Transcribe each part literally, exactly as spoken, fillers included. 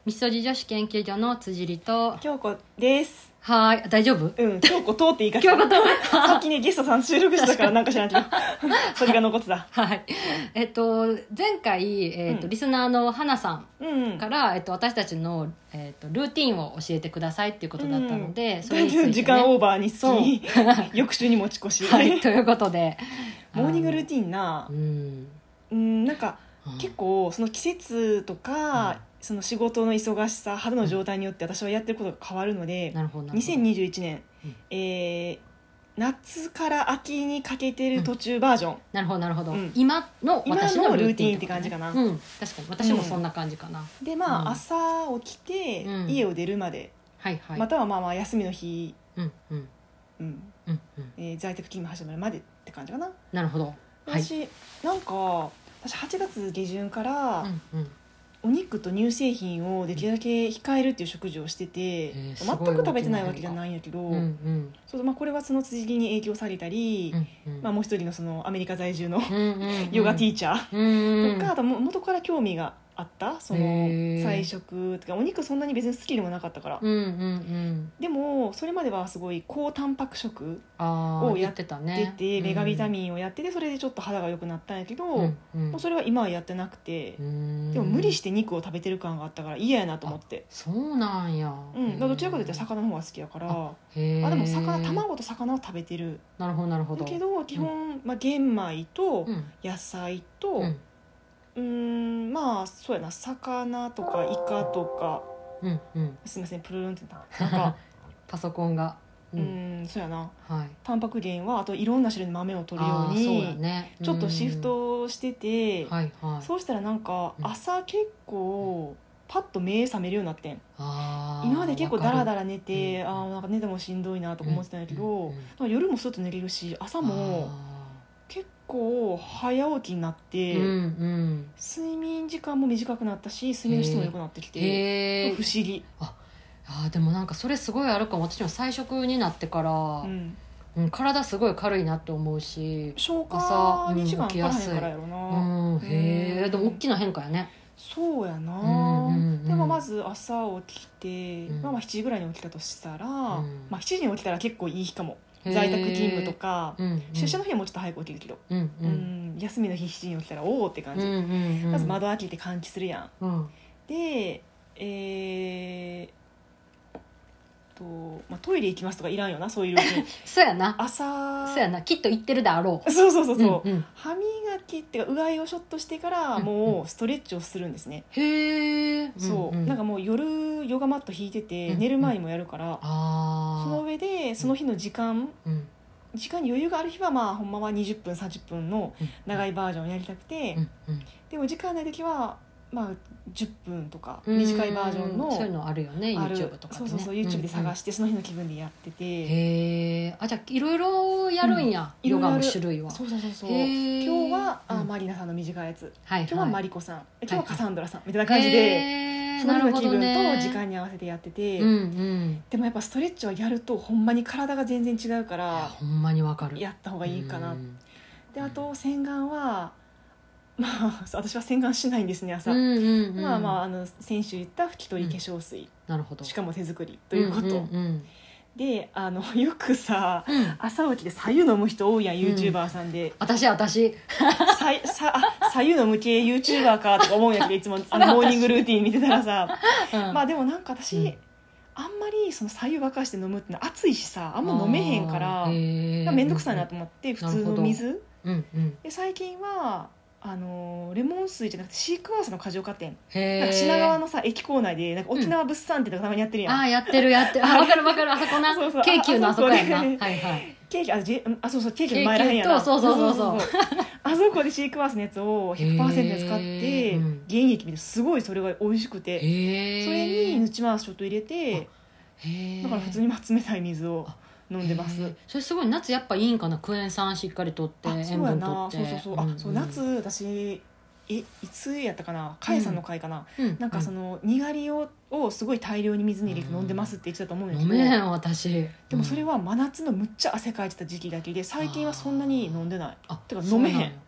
みそじ女子研究所の辻里と京子です。 はーい、大丈夫？ うん、京子とって言い方した京子とさっきねゲストさん収録したからなんか知らんけどそれが残ってた。 はいえっと前回、えっとうんリスナーの花さうんんから、えっと、私たちの、えっと、ルーティンを教えてくださいっていうことだったので、 うんそれについて、ね、 時間オーバーにそう好き翌週に持ち越し、 はいということでモーニングルーティンなィンうんうんなんかうん結構その季節とか、 うんその仕事の忙しさ肌の状態によって私はやってることが変わるので、 なるほどなるほどにせんにじゅういちねん、 うんえー夏から秋にかけてる途中バージョン、 なるほどなるほど、 うん今の私のルーティン今のルーティンって感じかなうん、確かに私もそんな感じかな、 でまあ、 うん朝起きてうん家を出るまで、 はいはい、 またはまあまあ休みの日、 うんうんうんうんうんえー在宅勤務始まるまでって感じかな。 なるほどはい私、なんか私はちがつ下旬からうんうんお肉と乳製品をできるだけ控えるっていう食事をしてて、 へーすごい全く食べてないわけじゃないんやけど、 うんうんそうまあ、これはその辻に影響されたり、 うんうんまあ、もう一人のそのアメリカ在住のうんうんうんヨガティーチャーうんうんとか、あとも元から興味があったそのへー菜食とかお肉そんなに別に好きでもなかったから、 うんうんうんでもそれまではすごい高タンパク食ああやっをやっててたねて、メガビタンミンをやっててそれでちょっと肌が良くなったんやけど、 うんうんもうそれは今はやってなくて、 うんでも無理して肉を食べてる感があったから嫌やなと思って、 そうなんや、 うん、だからどちらかというと魚の方が好きやから、あへーでも魚卵と魚は食べてるなるほどなるほどだけど基本、まあ、玄米とうん野菜と、 うんうーんまあそうやな魚とかイカとかうんうんすみませんプルルンって言ったなんかパソコンがうーんそうやなはいタンパク源はあといろんな種類の豆を取るようあーそうやにねちょっとシフトしてて、 はいはいそうしたらなんかうん朝結構パッと目覚めるようになってん。 あー今まで結構ダラダラ寝て、 うんあーなんか寝てもしんどいなとか思ってたんやけど、 うんうんなんか夜もすっと寝れるし朝も結構早起きになって、 あーうんうん睡眠時間も短くなったし睡眠の質も良くなってきてへえ不思議、 あーでもなんかそれすごいあるかも。私も菜食になってから、 うん、 うん、体すごい軽いなって思うし、 消朝化に時間かからへんうん起きやすいからやろな、 うん、へえ、 うんでも大きな変化やね。 そうやな、 うんうんうんでもまず朝起きて、 うんまあ、まあしちじぐらいに起きたとしたら、 んまあ、しちじに起きたら結構いい日かも。 へー在宅勤務とか、 うんうん、 出社の日はもうちょっと早く起きるけど、 うんううんん休みの日しちじに起きたらおおって感じ、 うんうんうん、 まず窓開けて換気するやん。 うんでえーっと、まあ、トイレ行きますとかいらんよなそういうルーティンそうやな朝そうやな、きっと言ってるであろう。 そうそうそうそう、 うんうん、 歯磨きっていうかうがいをショットしてからうんもうストレッチをするんですね、 へえ、 そう、 んん、 なんかもう夜ヨガマット引いてて、 うん寝る前にもやるから、 あその上でその日の時間、 うん時間に余裕がある日はまあほんまはにじゅっぷんさんじゅっぷんの長いバージョンをやりたくて、 うんうん、 でも時間ない時はまあじゅっぷんとかうん短いバージョンのそういうのあるよね、 ある YouTube とかでね。 そうそうそう YouTube で探ししてその日の気分でやってて、 へえ、あ、じゃあいろいろやるんや、ヨガの種類は。 そうそうそうそうへー今日はあうんマリナさんの短いやつ、 はいはい、 今日はマリコさん今日ははいカサンドラさんみたいな感じで、 へーその日の気分なるほどねと時間に合わせてやってて、 うんうんでもやっぱストレッチはやるとほんまに体が全然違うかいやらほんまにわかる。 やった方がいいかな、 うんであと洗顔はまあ私は洗顔しないんですね朝、 うんうんうん、 まあまああの先週言った拭き取り化粧水、 なるほどしかも手作りということ、 うんうんであのよくさうんうん、 朝起きて白湯飲む人多いやん YouTuber さんで、 私私さいさあ白湯飲む系 YouTuber かとか思うんやけどいつもあのモーニングルーティン見てたらさうんまあでもなんか私、 うんあんまりその白湯沸かして飲むってのは暑いしさあんま飲めへんからあーへー面倒くさいなと思って普通の水うんうんで最近はあのレモン水じゃなくてシークワーサーの果汁を買ってんへーなんか品川のさ駅構内でなんか沖縄物産ってのがたまにやってるやん、 あーやってるやってる、あ、わかるわかる、あそこな、 そうそう京急のあそこやな、 あはいあそこではい、 ケーキあじあそうそうケーキの前らへんやなケーキとそうそうそうそうあそこでシークワーサーのやつを ひゃくパーセント で使ってへーうん原液見てすごいそれが美味しくてへーそれにヌチマースちょっと入れてへーだから普通にまあ冷たい水を飲んでますへーそれすごい夏やっぱいいんかな、クエン酸しっかりとってあそう塩やな分とってそうそうそう、あそう夏私えいつやったかなカエさんの回かな、 うんなんかそのにがりををすごい大量に水に入れて飲んでますって言ってたと思うんだけど、 飲めへん私。 でもそれは真夏のむっちゃ汗かいてた時期だけで最近はそんなに飲んでない、 あてか飲めへんそうなんやあ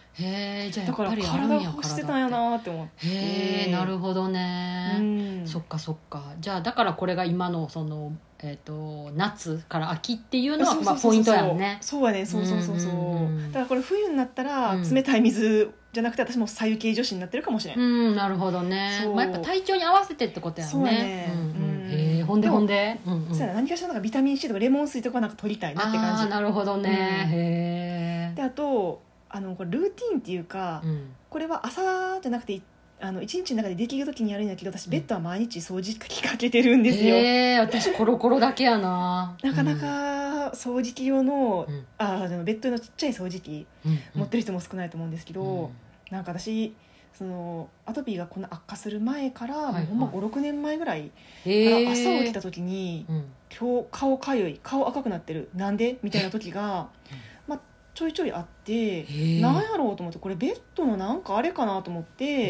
へえ、じゃあやだからっぱりあるん体をや。 欲してたんやなって思ってへえ、なるほどね、 うん、 そっかそっか。じゃあだからこれが今のその、えー、と夏から秋っていうのはまあポイントやんね。 そうやね、そうそうそうそう、 うんうんうん、 だからこれ冬になったらうん冷たい水じゃなくて私も左右系女子になってるかもしれん、 うん、なるほどね。まあ、やっぱ体調に合わせてってことやね。 そうやね、 うんうん、 うんへえ、ほんでほんで、うんうん、 そうやな、何かしらなんかビタミン C とかレモン水とかなんか取りたいなって感じ。 ああ、なるほどね、 うん、 へえ。 であとあのこれルーティンっていうか、 うん、 これは朝じゃなくてあの一日の中でできる時にやるんだけど、私ベッドは毎日掃除機かけてるんですよ。 へえ、私コロコロだけやな。 なかなか掃除機用の、 うん、 あでもベッドのちっちゃい掃除機うん、 持ってる人も少ないと思うんですけど、 うん、 なんか私そのアトピーがこんな悪化する前から、 はいはい、 もうほんまごろくねんまえぐらいからへえ、 朝起きた時に、 うん、 今日顔かゆい、顔赤くなってる、なんでみたいな時が、まあ、ちょいちょいあってなんやろうと思って、これベッドのなんかあれかなと思って、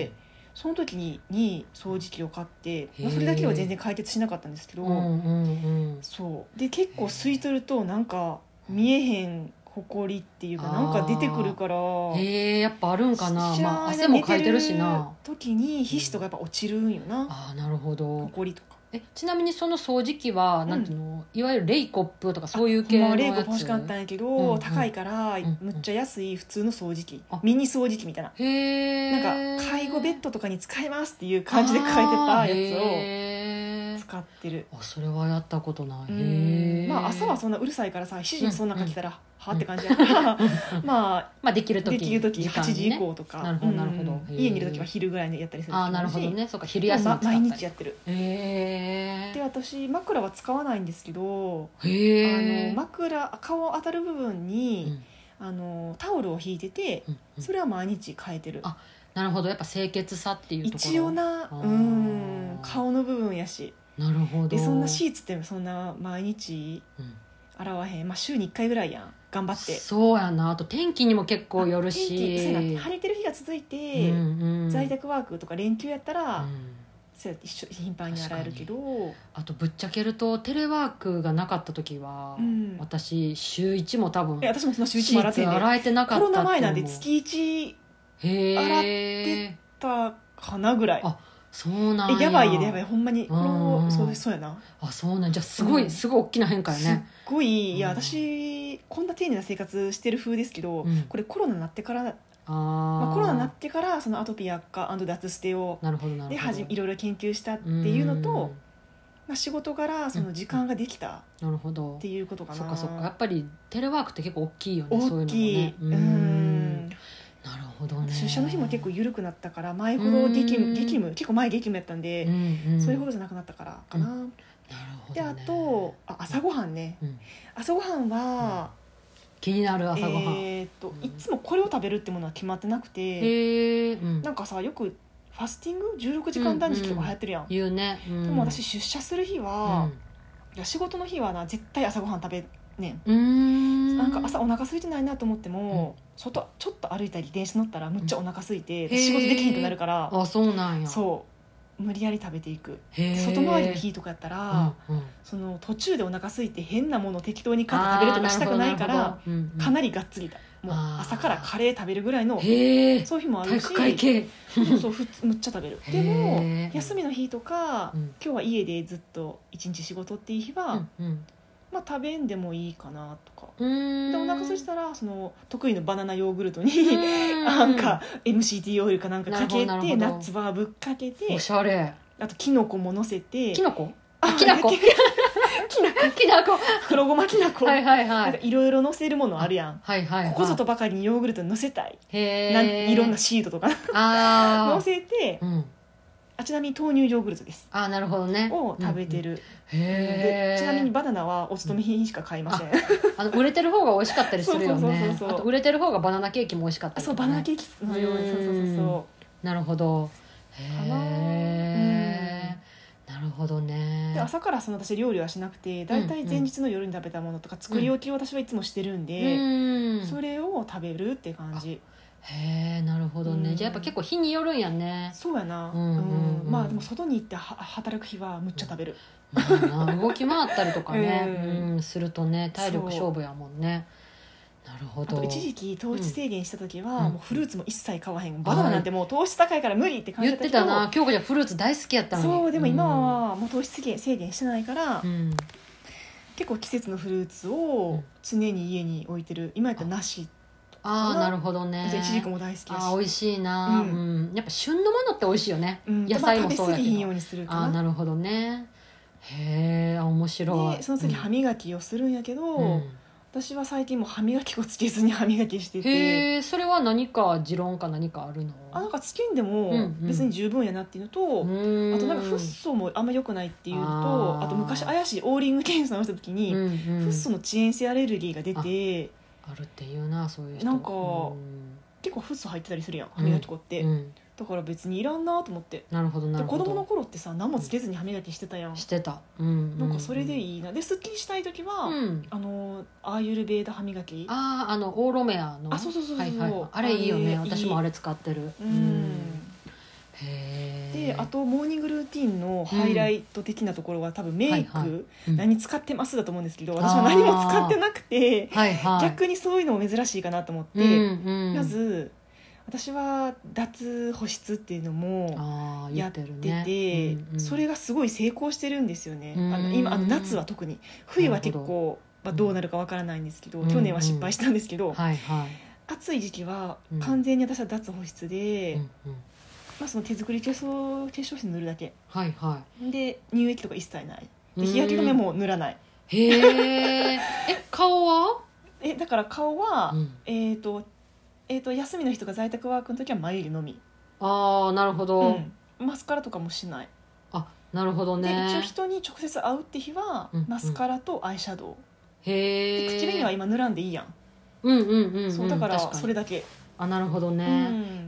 うん、その時にに掃除機を買って、まあ、それだけでは全然解決しなかったんですけど、 うんうんうん、 そうで結構吸い取るとなんか見えへんほこりっていうかなんか出てくるから、 へえ、やっぱあるんかな。 知らんまあ、汗もかいてるしな。 時に皮脂とかやっぱ落ちるんよな、 ああ、なるほど。 ほこりとか。 え、ちなみにその掃除機は、 うん、 なんていうの、いわゆるレイコップとかそういう系のやつ。 レイコップ欲しかったんやけど、うんうん、高いから、うんうん、むっちゃ安い普通の掃除機、ミニ掃除機みたいな、 へえ、 なんか介護ベッドとかに使えますっていう感じで書いてたやつを使ってる。 あ、それはやったことない。 へえ、まあ朝はそんなうるさいからさ、しちじにそんな書きたら、うんうん、はって感じやからまあ、 まあできる時できる時はちじ以降とか、 なるほどなるほど、 うん、家にいる時は昼ぐらいにやったりする時もあるし。 あ、なるほどね、そうか、昼休み使ったり、ま、毎日やってる。 へえ。 で私枕は使わないんですけど、 へあの枕顔当たる部分に、うん、あのタオルを引いてて、うんうん、それは毎日変えてる。 あ、なるほど、やっぱ清潔さっていうところ一応な、うん、顔の部分やし。 なるほど。 でそんなシーツってそんな毎日洗わへん、まあ、週にいっかいぐらいやん、頑張って。 そうやな、あと天気にも結構よるし、 晴れてる日が続いて、うんうん、在宅ワークとか連休やったら、うん、そうやって一緒頻繁に洗えるけど、 あとぶっちゃけるとテレワークがなかった時は、うん、私週いちも多分え私もその週いちも洗ってんねん。 洗えてなかった。 コロナ前なんで月いち洗ってたかなぐらい。 あ、そうなんや。 えやばいややばい、ほんまにこのそうそうやな。 あ、そうなん、じゃあすごい、うん、すごい大きな変化やね。 すっごい、いや私こんな丁寧な生活してる風ですけど、うん、これコロナになってからあ、まあ、コロナになってからそのアトピー悪化&脱ステをではじいろいろ研究したっていうのと、まあ、仕事柄その時間ができたっていうことかな。 そっかそっか、やっぱりテレワークって結構大きいよね。 大きい、そういうのもね。うん、 なるほどね。 出社の日も結構緩くなったから、前ほど激務激務結構前激務やったんで、うんうん、そういうことじゃなくなったからかな、うん、なるほどね。であとあ朝ごはんね、うん、朝ごはんは、うん気になる朝ごはん、 えー、っといつもこれを食べるってものは決まってなくて、 へー、うん、 なんかさよくファスティングじゅうろくじかん断食とか流行ってるやん、 うんうん、言うね、うん、 でも私出社する日は、うん、いや仕事の日はな絶対朝ごはん食べねん。 うーん、 なんか朝お腹空いてないなと思っても、うん、外ちょっと歩いたり電車乗ったらむっちゃお腹空いて、うん、仕事できひんくなるから、 あ、そうなんや。 そう無理やり食べていく。外回りの日とかやったら、うんうん、その途中でお腹空いて変なものを適当に買って食べるとかしたくないから、うんうん、かなりがっつりだ、もう朝からカレー食べるぐらいのそういう日もあるし、 体育会系そうそうふむっちゃ食べる。でも休みの日とか、うん、今日は家でずっと一日仕事っていう日は、うんうん、まあ、食べんでもいいかなとか。でお腹空いたらその得意のバナナヨーグルトになんか エムシーティー オイルかなんかかけてナッツバーぶっかけて、 おしゃれ。 あとキノコも乗せて。 キノコあきなこきなこきなこ黒ごまきなこはいはいはい、 いろいろ乗せるものあるやん、 はいはいはい、 ここぞとばかりにヨーグルトに乗せたい、 へなんいろんなシードとかあ乗せて、うん、あちなみに豆乳ヨーグルトです。 あ、なるほどね。 を食べてる、うんうん、 へでちなみにバナナはお勤め品しか買いません、うん、 あの売れてる方が美味しかったりするよね。そうそうそうそう、あと売れてる方がバナナケーキも美味しかったりとか、ね、 そうバナナケーキのように、そうそうそうそう、 なるほど、へえ、なるほどね。 で朝からその私料理はしなくて、だいたい前日の夜に食べたものとか作り置きを私はいつもしてるんで、うん、それを食べるって感じ。 へえ、なるほどね、うん、じゃあやっぱ結構日によるんやね。 そうやな、うんうんうん、まあでも外に行っては働く日はむっちゃ食べる、 うん、動き回ったりとかね、うんうん、するとね体力勝負やもんね。 なるほど。 あと一時期糖質制限した時は、うん、もうフルーツも一切買わへん、バナナなんてもう糖質高いから無理って感じだったけど、 言ってたな。京子ちゃんフルーツ大好きやったのに。 そうでも今はもう糖質制限制限してないから、 うん、 結構季節のフルーツを常に家に置いてる。今やったら梨とか、 ああなるほどね。 イチジクも大好きだし、 あ美味しいな、うんうん、やっぱ旬のものって美味しいよね、うん、野菜もそうやけど、まあ、食べ過ぎひんようにするかな。あなるほどね。へえ面白い。 でその次歯磨きをするんやけど、うん、私は最近も歯磨き粉つけずに歯磨きしてて。 へえそれは何か持論か何かあるの？ あなんかつけんでも別に十分やなっていうのと、うんうん、あとなんかフッ素もあんま良くないっていうのと、 あ, あと昔怪しいオーリング検査をした時に、うんうん、フッ素の遅延性アレルギーが出てあ, あるっていうなそういう人。 なんか、うん、結構フッ素入ってたりするやん歯磨き粉って、うんうんだから別にいらんなと思って。 なるほどなるほど。 で子供の頃ってさ何もつけずに歯磨きしてたやん、 うん、してた、うんうんうん、 なんかそれでいいな。ですっきりしたい時は、うん、あのアーユルベーダ歯磨き、 あああのオーロメアの、 あそうそうそうそう、はいはい、あれいいよね。私もあれ使ってる。 うん、へであとモーニングルーティンのハイライト的なところは、うん、多分メイク、はいはいうん、何使ってますだと思うんですけど、私は何も使ってなくて、はいはい、逆にそういうのも珍しいかなと思って、うんうん、まず私は脱保湿っていうのもやってて、ねうんうん、それがすごい成功してるんですよね。あの今あの夏は特に、冬は結構ど,、まあ、どうなるかわからないんですけど、うん、去年は失敗したんですけど、うんはいはい、暑い時期は完全に私は脱保湿で、うんうんまあ、その手作り化粧化粧水塗るだけ、はいはい、で乳液とか一切ないで日焼け止めも塗らない。 へえ顔はえだから顔は、うん、えっ、ー、とえー、と休みの日とか在宅ワークの時は眉毛のみ。 ああなるほど、 うん、マスカラとかもしない。 あなるほどね。 で一応人に直接会うって日は、うんうん、マスカラとアイシャドウ。 へえ。 口紅は今塗らんでいいやん。 うんうんうん、うん、 そうだからそれだけ。 あなるほどね、うん、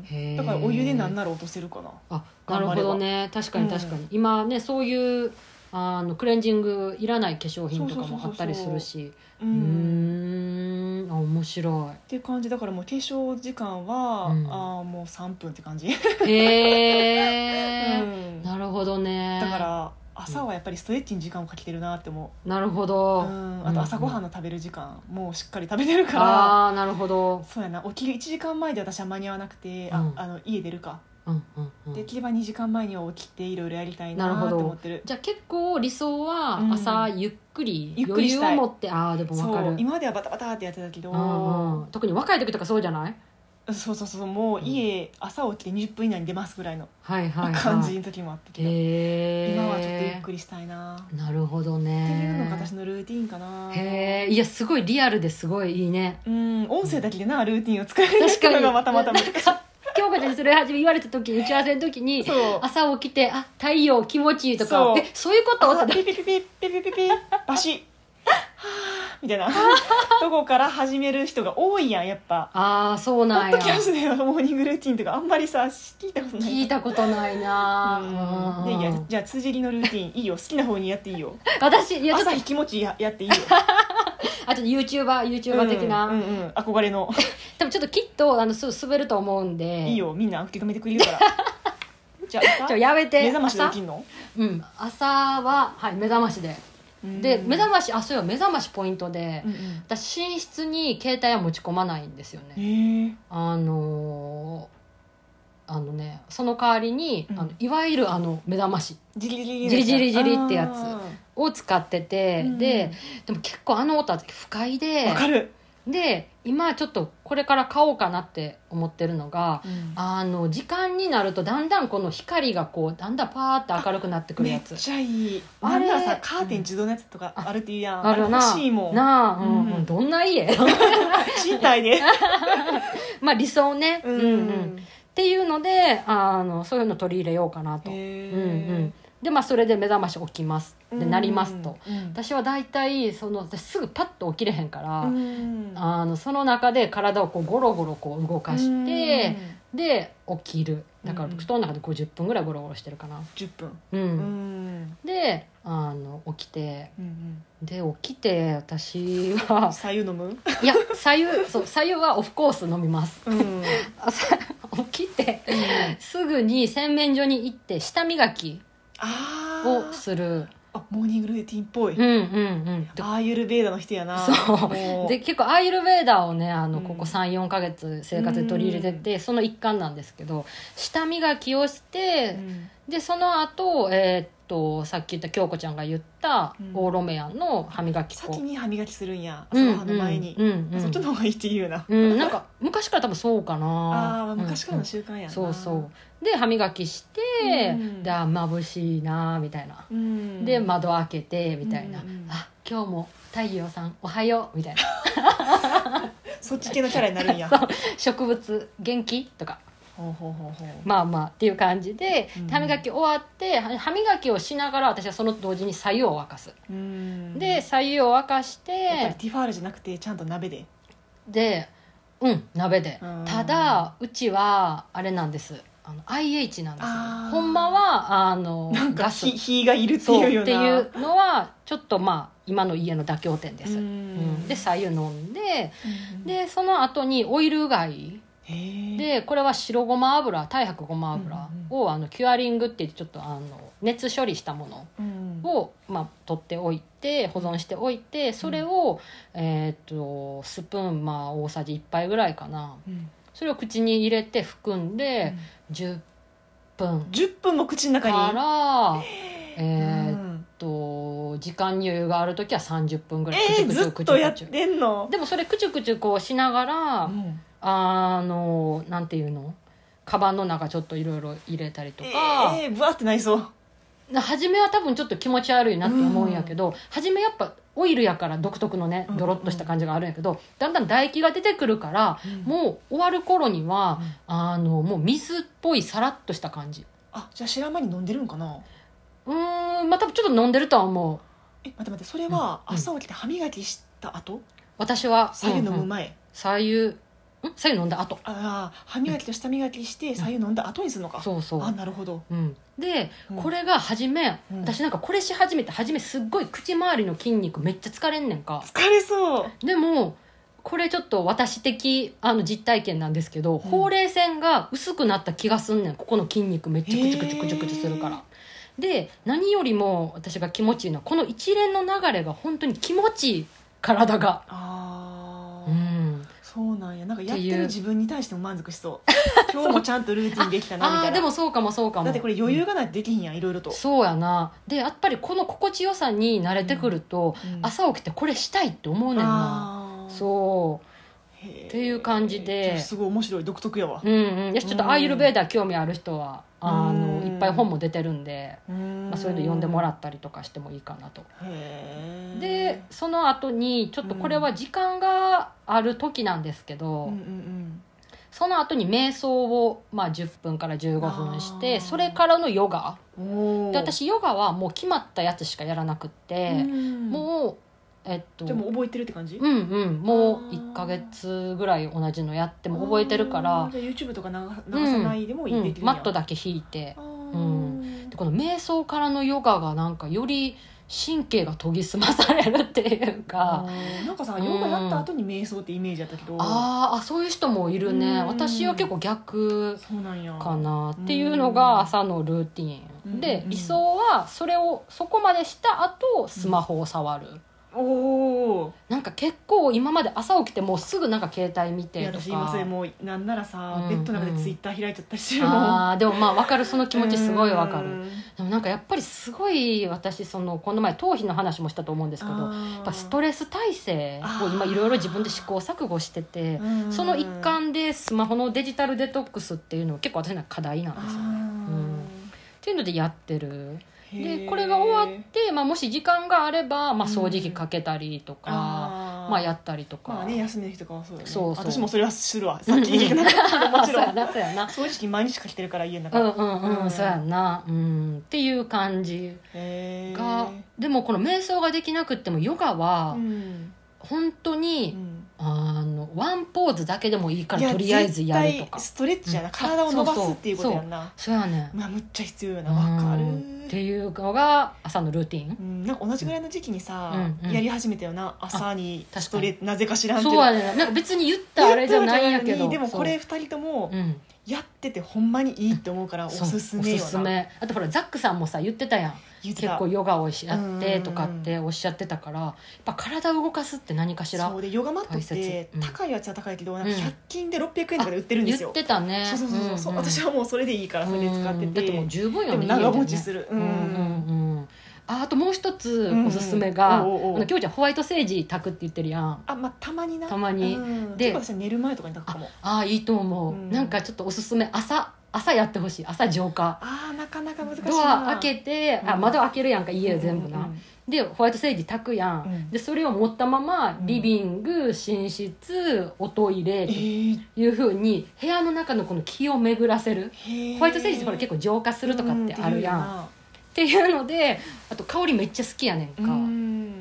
へだからお湯でなんなら落とせるかな。 あなるほどね確かに確かに、うん、今ねそういうあのクレンジングいらない化粧品とかもあったりするし、うーんあ面白いっていう感じだからもう化粧時間は、うん、あもうさんぷんって感じ。 へえ、うん、なるほどね。 だから朝はやっぱりストレッチに時間をかけてるなって思う。 なるほど、 うん、あと朝ごはんの食べる時間、うん、もうしっかり食べてるから。 ああなるほど。 そうやな起きるいちじかんまえで私は間に合わなくて、うん、ああの家出るかうんうんうん、できればにじかんまえには起きていろいろやりたいなって思ってる。 じゃあ結構理想は朝ゆっくり、うん、余裕を持ってああでも分かる。 そう今まではバタバタってやってたけど、 うんうん、特に若い時とかそうじゃない？ そうそうそうもう家、うん、朝起きてにじゅっぷん以内に出ますぐらいの感じの時もあったけど、今はちょっとゆっくりしたいな。 なるほどねっていうのが私のルーティンかな。 へえいやすごいリアルですごいいいね。 うん音声だけでなルーティンを作れるのがまたまた難しい。 京子ちゃんにそれ始め言われた時打ち合わせの時に朝起きてあ太陽気持ちいいとかそうえそういうことってピピピピピピピピバシはみたいなとこから始める人が多いやんやっぱ。 ああそうなんや。 ポッドキャストでモーニングルーティンとかあんまりさ聞いたことない。 聞いたことないな。 うんでいやじゃあ辻りのルーティンいいよ好きな方にやっていいよ。 私いや朝日気持ちいい や, やっていいよ。 あと YouTuber, YouTuber 的な、 うんうんうん、憧れの多分ちょっときっとあのすぐ滑ると思うんでいいよみんな受け止めてくれるからじゃあちょやめて目覚ましで起きんの？ うん朝は、はい、目覚ましでで目覚ましあそうよ目覚ましポイントで、うんうん、私寝室に携帯は持ち込まないんですよね。あのー、あのねその代わりに、うん、あのいわゆるあの目覚ましジリジリジリジリジリってやつを使ってて、うん、ででも結構あの音は不快でわかる。 で今ちょっとこれから買おうかなって思ってるのが、うん、あの時間になるとだんだんこの光がこうだんだんパーって明るくなってくるやつ。 めっちゃいい。あんなさカーテン自動のやつとかあるっていうやん。 あるな。 欲しいもんなあ、うんうん、どんな家賃貸でまあ理想ね、うんうんうん、っていうのであのそういうの取り入れようかなと。うんうんでまあ、それで目覚まし起きますでなりますと、うん、私は大体そのすぐパッと起きれへんから、うん、あのその中で体をこうゴロゴロこう動かして、うん、で起きる。だから布団の中でごじゅっぷんぐらいゴロゴロしてるかな。 じゅっぷん、 うん、であの起きて、うんうん、で起きて私は白湯飲む？ いや白湯そう白湯はオフコース飲みます、うん、朝起きて、うん、すぐに洗面所に行って舌磨きをする。 あモーニングルーティンっぽい、 うんうんうんアーユルベーダの人やな。 そうで結構アーユルベーダをねあのここ さん,よん ヶ月生活で取り入れてて、うん、その一環なんですけど舌磨きをして、うん、でその後、えー、っとさっき言った京子ちゃんが言ったオーロメアンの歯磨き粉、 先に歯磨きするんや朝ごはんの前に、うんうんうん、そっちの方がいいって言うな、 うん、なんか昔から多分そうかなあ昔からの習慣やな、うんうん、 そうそうで歯磨きして、うん、で眩しいなみたいな、うん、で窓開けてみたいな、うんうん、あ今日も太陽さんおはようみたいなそっち系のキャラになるんや植物元気とかほうほうほうほうまあまあっていう感じで、うん、歯磨き終わって歯磨きをしながら私はその同時に白湯を沸かす、うん、で白湯を沸かしてやっぱりティファールじゃなくてちゃんと鍋ででうん鍋で、うん、ただうちはあれなんですあの アイエイチ なんですよほんまはあのガス火がいるっていうようなっていうのはちょっとまあ今の家の妥協点です、うん、で白湯飲んで、うん、でその後にオイルうがいでこれは白ごま油太白ごま油を、うんうん、あのキュアリングって言ってちょっとあの熱処理したものを、うんまあ、取っておいて保存しておいてそれを、うん、えー、とスプーン、まあ、大さじいっぱいぐらいかな、うんそれを口に入れて含んでじゅっぷんじゅっぷんも口の中にからえー、っと時間に余裕があるときはさんじゅっぷんぐらいえー、ずっとやってんのでもそれクチュクチュこうしながら、うん、あのなんていうのカバンの中ちょっといろいろ入れたりとかえー、ブワってなりそう初めは多分ちょっと気持ち悪いなって思うんやけど、うん、初めやっぱオイルやから独特のねドロッとした感じがあるんやけど、うんうん、だんだん唾液が出てくるから、うん、もう終わる頃には、うん、あのもう水っぽいサラッとした感じあじゃあ知らん間に飲んでるんかなうーんまあ多分ちょっと飲んでるとは思うえ待って待ってそれは朝起きて歯磨きした後、うん、 私は白湯飲む前白湯ん白湯飲んだ後ああ歯磨きと舌磨きして白湯飲んだ後にするのか、 うん、そうそうあなるほど、 うん、で、うん、これが初め、うん、私なんかこれし始めて初めすっごい口周りの筋肉めっちゃ疲れんねんか疲れそうでもこれちょっと私的あの実体験なんですけど、うん、ほうれい線が薄くなった気がすんねんここの筋肉めっちゃクチクチクチクチするからで何よりも私が気持ちいいのはこの一連の流れが本当に気持ちいい体がああうんそうなんやなんかやってる自分に対しても満足しそう今日もちゃんとルーティンできたなみたいなあでもそうかもそうかもだってこれ余裕がないとできひんやん、うん、いろいろとそうやなでやっぱりこの心地よさに慣れてくると、うんうん、朝起きてこれしたいって思うねんなそうっていう感じですごい面白い独特やわうんうんよしちょっとアーユルベーダー興味ある人はあのいっぱい本も出てるんでまあ、そういうの読んでもらったりとかしてもいいかなとへでその後にちょっとこれは時間がある時なんですけど、 うんうんうんその後に瞑想を、まあ、じゅっぷんからじゅうごふんしてそれからのヨガで私ヨガはもう決まったやつしかやらなくってもうえっと、 でも覚えてるって感じうんうんもういっかげつぐらい同じのやっても覚えてるからじゃあ YouTube とか流さないでもいい、うんできるマットだけ引いて、うん、でこの瞑想からのヨガがなんかより神経が研ぎ澄まされるっていうかなんかさヨガやった後に瞑想ってイメージやったけど、うん、 ああそういう人もいるね私は結構逆かなっていうのが朝のルーティンで理想はそれをそこまでした後スマホを触る、うんおなんか結構今まで朝起きてもうすぐなんか携帯見てとか私今それもうなんならさ、うんうん、ベッドの中でツイッター開いちゃったりしてるあでもまあ分かるその気持ちすごい分かるでもなんかやっぱりすごい私そのこの前頭皮の話もしたと思うんですけどやっぱストレス耐性を今いろいろ自分で試行錯誤しててその一環でスマホのデジタルデトックスっていうのは結構私の課題なんですよね、うん、っていうのでやってるでこれが終わって、まあ、もし時間があれば、まあ、掃除機かけたりとか、うんあまあ、やったりとか、 まあね、休みの日とかはそうだねそうそう私もそれはするわさっき言いなかったけどもちろんそうやなそうやな掃除機毎日かけてるから家の中うんうんうん、うん、そうやな、うん、っていう感じがでもこの瞑想ができなくってもヨガは、うん、本当に、うんあのワンポーズだけでもいいからとりあえずやるとかストレッチやな、うん、体を伸ばすっていうことやんなそうやねまあむっちゃ必要やなわかるっていうのが朝のルーティン、 うん、なんか同じぐらいの時期にさ、うんうん、やり始めたよな朝にストレッチなぜか知らんけどそうやねなんか別に言ったあれじゃないんやけどでもこれふたりともやっててほんまにいいって思うからおすすめよな。 おすすめ。あとほらザックさんもさ言ってたやん、結構ヨガをやってとかっておっしゃってたから、やっぱ体を動かすって何かしら。 そうでヨガマットって高いやつは高いけど、なんかひゃく均でろっぴゃくえんとかで売ってるんですよ。 言ってたね。 そうそうそうそう、うんうん、私はもうそれでいいからそれで使ってて、 だってもう十分よね。 でも長持ちする。うんうんうんうん。あ, あともう一つおすすめが、うんうん、きょうちゃんホワイトセージ炊くって言ってるやん。 あ、まあ、たまにな。 たまに、 うん、で私は寝る前とかに炊くかも。 ああいいと思う、うん、なんかちょっとおすすめ朝朝やってほしい。朝浄化。 ああなかなか難しいな。 ドア開けて、あ窓開けるやんか家全部な、 うんうんうん、 でホワイトセージ炊くやん、うん、でそれを持ったままリビング、うん、寝室おトイレっていう風に部屋の中のこの気を巡らせる。ホワイトセージってほら結構浄化するとかってあるやん、うんっていうので、あと香りめっちゃ好きやねんか、うん、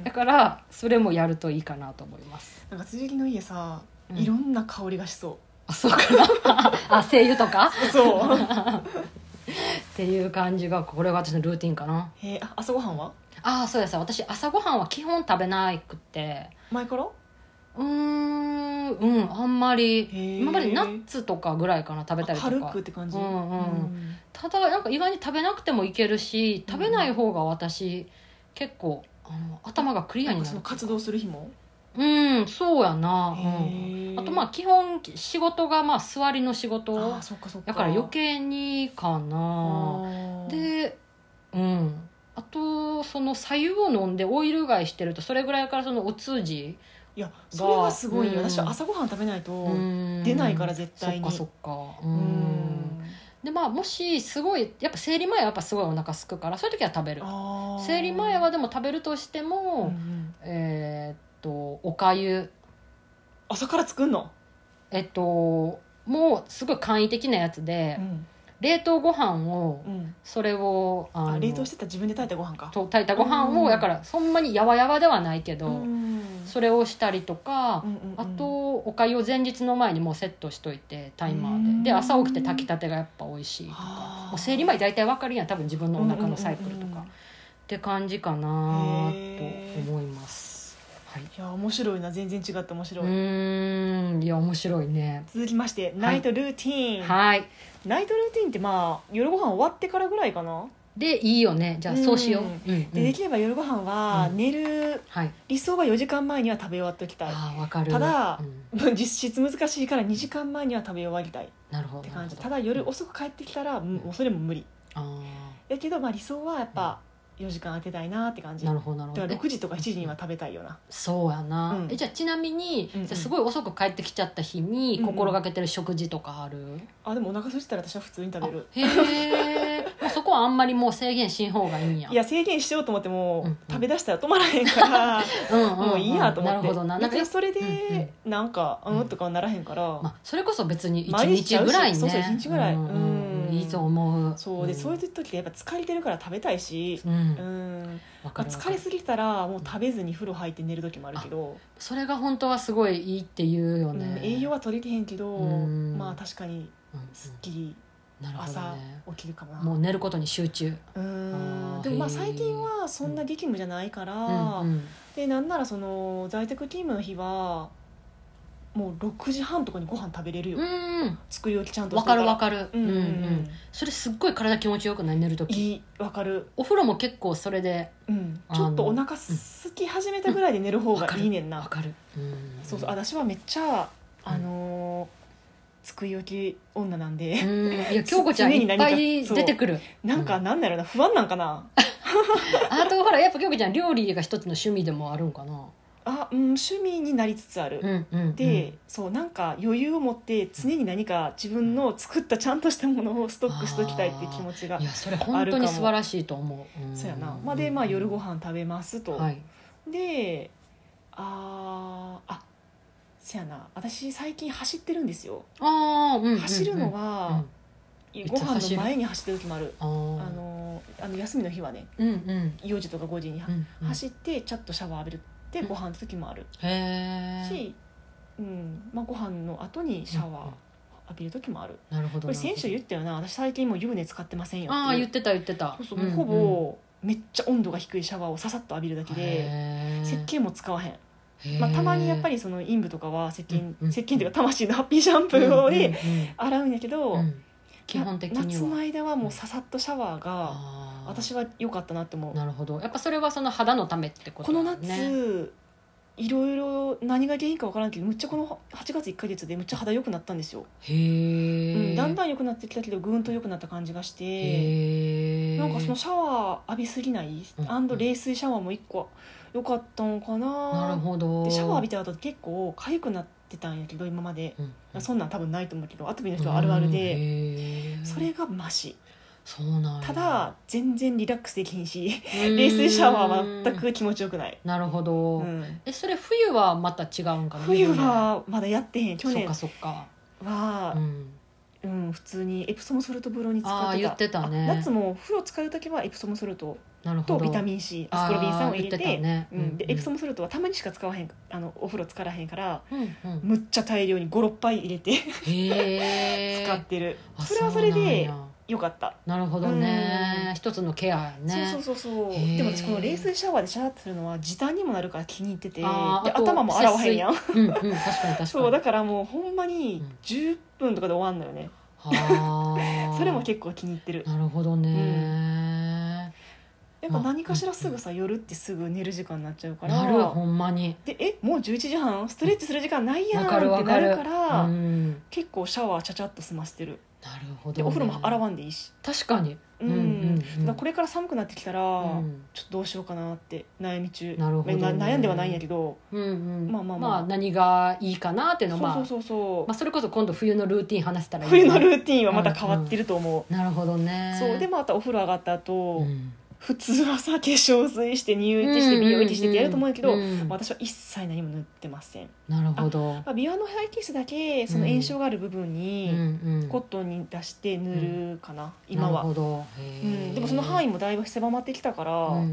だからそれもやるといいかなと思います。 なんか辻木の家さ、うん、いろんな香りがしそう。 あそうかなあ精油とかそうっていう感じが、これが私のルーティンかな。 へえ、朝ごはんは？ ああそうやさ、私朝ごはんは基本食べなくて。 前から？ うーんうんあんまり。今までナッツとかぐらいかな食べたりとか。 軽くって感じ。 うんうんうん、ただなんか意外に食べなくてもいけるし、食べない方が私、うん、結構あの頭がクリアになる。 その活動する日も？ うんそうやな、うん、あとまあ基本仕事がまあ座りの仕事だから余計にかな。でうんあとその白湯を飲んでオイル買いしてると、それぐらいからそのお通じ、 いやそれはすごいよ、うん、私は朝ごはん食べないと出ないから絶対に。 そっかそっか。うんでまあ、もしすごいやっぱ生理前はやっぱすごいお腹すくから、そういう時は食べる。生理前はでも食べるとしても、うんうん、えー、っとおかゆ朝から作んの？ えっともうすごい簡易的なやつで、うん、冷凍ご飯を、うん、それをあの冷凍してた自分で炊いたご飯か。 そう炊いたご飯を、うん、だからそんなにやわやわではないけど、うん、それをしたりとか、うんうんうん、あとおかゆを前日の前にもうセットしといてタイマーで、うん、で朝起きて炊きたてがやっぱ美味しいとか、もう生理前大体分かるやん多分自分のお腹のサイクルとか、うんうんうん、って感じかなと思います。はい、いや面白いな、全然違って面白い。 うーんいや面白いね。 続きましてナイトルーティーン。 はい、 ナイトルーティーンってまあ夜ご飯終わってからぐらいかなでいいよね。じゃあそうしよう、うんうん、 でできれば夜ご飯は寝る、うんはい、理想はよじかんまえには食べ終わっておきたい。 あわかる。 ただ、うん、実質難しいからにじかんまえには食べ終わりたいって感じ。ただ夜遅く帰ってきたら、うん、もうそれも無理。あだけどまあ理想はやっぱよじかん当てたいなって感じ。 なるほどなるほど。 だからろくじとかしちじには食べたいよな。 そうやな、うん、えじゃあちなみに、うんうん、すごい遅く帰ってきちゃった日に心がけてる食事とかある？うんうん、 あでもお腹空いてたら私は普通に食べる。 へえもうそこはあんまりもう制限しん方がいいんや。 いや制限しようと思っても、うんうん、食べ出したら止まらへんからうんうん、うん、もういいやと思って。なるほどな。なんかそれでなんかうん、うん、とかはならへんから、 まあ、それこそ別にいちにちぐらいね。 そうそういちにちぐらい、うんうんうん、いいと思う。 そうで、うん、そういう時ってやっぱ疲れてるから食べたいし、うんうんまあ、疲れすぎたらもう食べずに風呂入って寝る時もあるけど、 それが本当はすごいいいって言うよね、 うん、栄養は取れてへんけど、うん、まあ確かにすっきり朝起きるかな、 うんうんね、もう寝ることに集中。 うんでもまあ最近はそんな激務じゃないから、うんうん、でなんならその在宅勤務の日はもうろくじはんとかにご飯食べれるよ、うん、作り置きちゃんとしてわかるわかる、うんうんうん、それすっごい体気持ちよくない？寝るときいいわかる。 お風呂も結構それで、 うん、ちょっとお腹すき始めたぐらいで寝る方がいいねんな。 わかる、うん、 そうそう私はめっちゃあのー、作り置き女なんで、 うん、いや京子ちゃんいっぱい出てくる。 なんかなんだろうな、不安なんかなあとほらやっぱ京子ちゃん料理が一つの趣味でもあるんかな。 あ、うん、趣味になりつつある、うんうんうん、でそうなんか余裕を持って常に何か自分の作ったちゃんとしたものをストックしときたいっていう気持ちがあるかも。いやそれ本当に素晴らしいと思う、うん、そうやな、まあ、で、まあ、夜ご飯食べますと、はい、でああそやな私最近走ってるんですよ。あ、うんうんうん、走るのは、うん、ご飯の前に走ってる時もある。あのあの休みの日はね、うんうん、よじとかごじに、うんうん、走ってちょっとシャワー浴びるでご飯の時もある、うん、へし、うんまあ、ご飯の後にシャワー浴びる時もある、うん、なるほど。これ先週言ったよな、私最近もう湯船使ってませんよって。ああ言ってた言ってた。そうそう、うんうん、ほぼめっちゃ温度が低いシャワーをささっと浴びるだけで石鹸も使わへん。 まあ、たまにやっぱりその陰部とかは石鹸、うんうん、石鹸っていうか魂のハッピーシャンプーで洗うんやけど、うんうんうん、基本的には夏の間はもうささっとシャワーが私は良かったなって思う。 なるほど。やっぱそれはその肌のためってことだね。 この夏いろいろ何が原因か分からんけどむっちゃこのはちがついっかげつでむっちゃ肌良くなったんですよ。 へー、 うん、だんだん良くなってきたけどぐんと良くなった感じがして、へなんかそのシャワー浴びすぎない、うん、アンド冷水シャワーもいっこ良かったのかな。 なるほど。 でシャワー浴びた後結構痒くなってたんやけど今まで、うんうん、そんなん多分ないと思うけどアトピーの人はあるあるで、うん、それがマシ。 そうなんただ全然リラックスできひんし冷水シャワーは全く気持ちよくない。 なるほど、うん、えそれ冬はまた違うんかな。 冬はまだやってへん。去年はそっかそっかは、うんうん、普通にエプソムソルト風呂に使ってた。あ言ってたね。 夏も風呂使う時はエプソムソルトとビタミン C アスコルビン酸を入れ て, て、ねうんうん、でエプソムソルトはたまにしか使わへんあのお風呂使わへんから、うんうん、むっちゃ大量にごろっぱい入れてへ使ってる。それはそれでよかった。 なるほどね、うん、一つのケアね。 そうそうそうそう。でも私この冷水シャワーでシャワーってするのは時短にもなるから気に入ってて、で頭も洗わへんやん、うんうん、確かに確かに。そうだからもうほんまにじゅっぷんとかで終わんのよね、うん、はそれも結構気に入ってる。 なるほどね、 うん、やっぱ何かしらすぐさ、夜ってすぐ寝る時間になっちゃうから。 なるほんまに。 でえもうじゅういちじはんストレッチする時間ないやんってなるから、うん、結構シャワーちゃちゃっと済ませてる。 なるほど、ね、 でお風呂も洗わんでいいし。 確かに、 うんうんうん、だからこれから寒くなってきたら、うん、ちょっとどうしようかなって悩み中。なるほど、ね、悩んではないんやけど、うんうん、まあまあまあ、まあ、 何がいいかなっていうのは、 そうそうそうそう、 まあ、それこそ今度冬のルーティン話せたらいい。 冬のルーティンはまた変わってると思う、 うんうん、なるほどね。 そうでまたお風呂上がった後、うん普通はさ化粧水して乳液して美容液してってやると思うんだけど、うんうんうん、私は一切何も塗ってません。 なるほど。 美容のハイキスだけその炎症がある部分にコットンに出して塗るかな、うん、今は。なるほど、へー、うん、でもその範囲もだいぶ狭まってきたから、うんうん、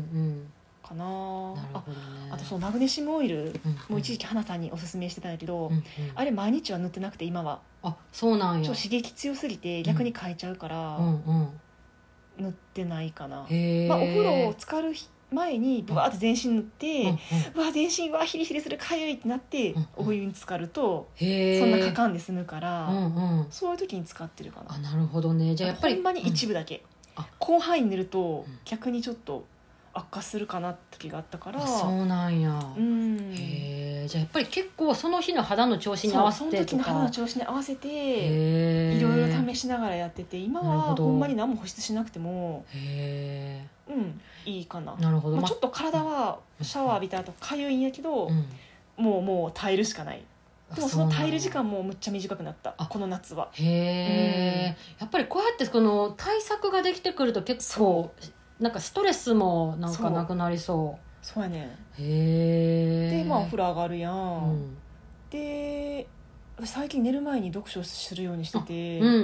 かな。なるほどね。あ, あとそのマグネシウムオイル、うんうん、もう一時期花さんにおすすめしてたんだけど、うんうん、あれ毎日は塗ってなくて今は。 あそうなんや。 ちょっと刺激強すぎて逆に変えちゃうから、うんうんうん塗ってないかな。まあ、お風呂を浸かる前にブワーって全身塗って、うんうん、うわ全身はヒリヒリするかゆいってなって、うんうん、お湯に浸かるとそんなかかんで済むから、うんうん、そういう時に使ってるかな。 あなるほどね。じゃあやっぱりほんまに一部だけ、うん、広範囲に塗ると逆にちょっと悪化するかなって時があったから。 そうなんや、うん、へえ。じゃあやっぱり結構その日の肌の調子に合わせてとか。 その時の肌の調子に合わせていろいろ試しながらやってて、今はほんまに何も保湿しなくてもへえ、うん、いいかな。なるほど、まあ、ちょっと体はシャワー浴びた後かゆいんやけど、うん、もうもう耐えるしかない。でもその耐える時間もむっちゃ短くなったこの夏は。へえ、 うん、やっぱりこうやってこの対策ができてくると結構なんかストレスもなんかなくなりそう。 そうやね。 へえ。でまあお風呂上がるやん、うん、で最近寝る前に読書するようにしてて、うんうん、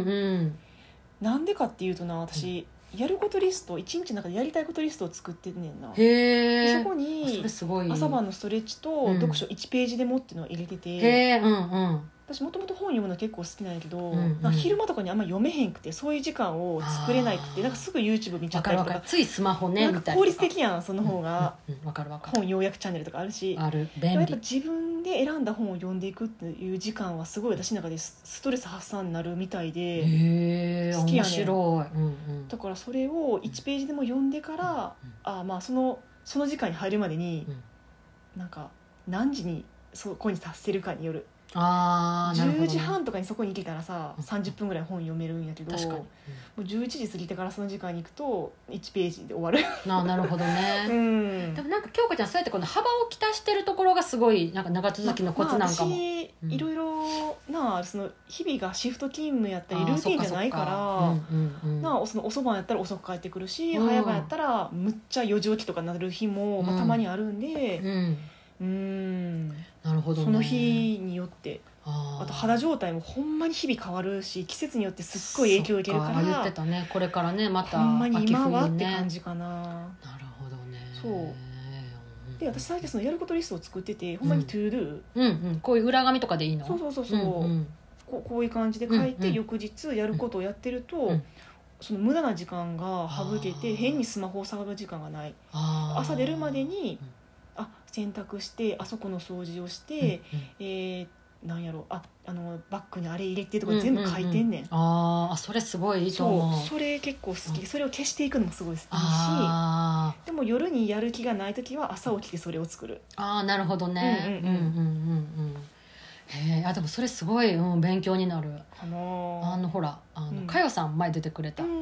なんでかっていうとな私、うん、やることリスト一日の中でやりたいことリストを作ってんねんな。へえ。そこに朝晩のストレッチと読書いちページでもっていうのを入れてて、へー、うんうん、私もともと本読むの結構好きなんやけど、うんうん、昼間とかにあんま読めへんくてそういう時間を作れないくてなんかすぐ YouTube 見ちゃったりとか。 ついスマホねみたいな。 効率的やんその方が、 うんうんうん、わかるわかる。 本要約チャンネルとかあるしある便利。 やっぱ自分で選んだ本を読んでいくっていう時間はすごい私の中でストレス発散になるみたいで好きやねん。面白い、うんうん、だからそれをいちページでも読んでから、うんうん、あまあそのその時間に入るまでに、うん、なんか何時にそこに達せるかによる。あなるほどね、じゅうじはんとかにそこに行けたらささんじゅっぷんぐらい本読めるんやけど、確かに、うん、もうじゅういちじ過ぎてからその時間に行くといちページで終わる。あなるほどね、うん、でもなんか京子ちゃんそうやってこの幅をきたしてるところがすごいなんか長続きのコツなんかも、ままあ、私、うん、いろいろなその日々がシフト勤務やったりルーティンじゃないから、うんうんうん、なその遅番やったら遅く帰ってくるし、うん、早番やったらむっちゃよじ起きとかなる日も、まあ、たまにあるんで、うんうんうんなるほどね、その日によってあ, あと肌状態もほんまに日々変わるし季節によってすっごい影響を受けるから。言ってたねこれからねまたほんまに今はって感じかな。なるほどね。そうで私最近そのやることリストを作ってて、うん、ほんまにトゥードゥ、うんうん、こういう裏紙とかでいいの。そうそうそうそう、うんうん、こ, うこういう感じで書いて、うんうん、翌日やることをやってると、うんうん、その無駄な時間が省けて変にスマホを触る時間がない。朝出るまでにあ洗濯してあそこの掃除をして、うんうん、えー、なんやろああのバッグにあれ入れてとか全部書いてんねん、うんうんうん、 あそれすごいいいと思う。 そうそれ結構好き、うん、それを消していくのもすごい好きし、でも夜にやる気がない時は朝起きてそれを作る。 ああなるほどね、うんうんうんうんうん、へえ、あでもそれすごい、うん、勉強になるかな。あのほらあの、うん、かよさん前出てくれた、うん、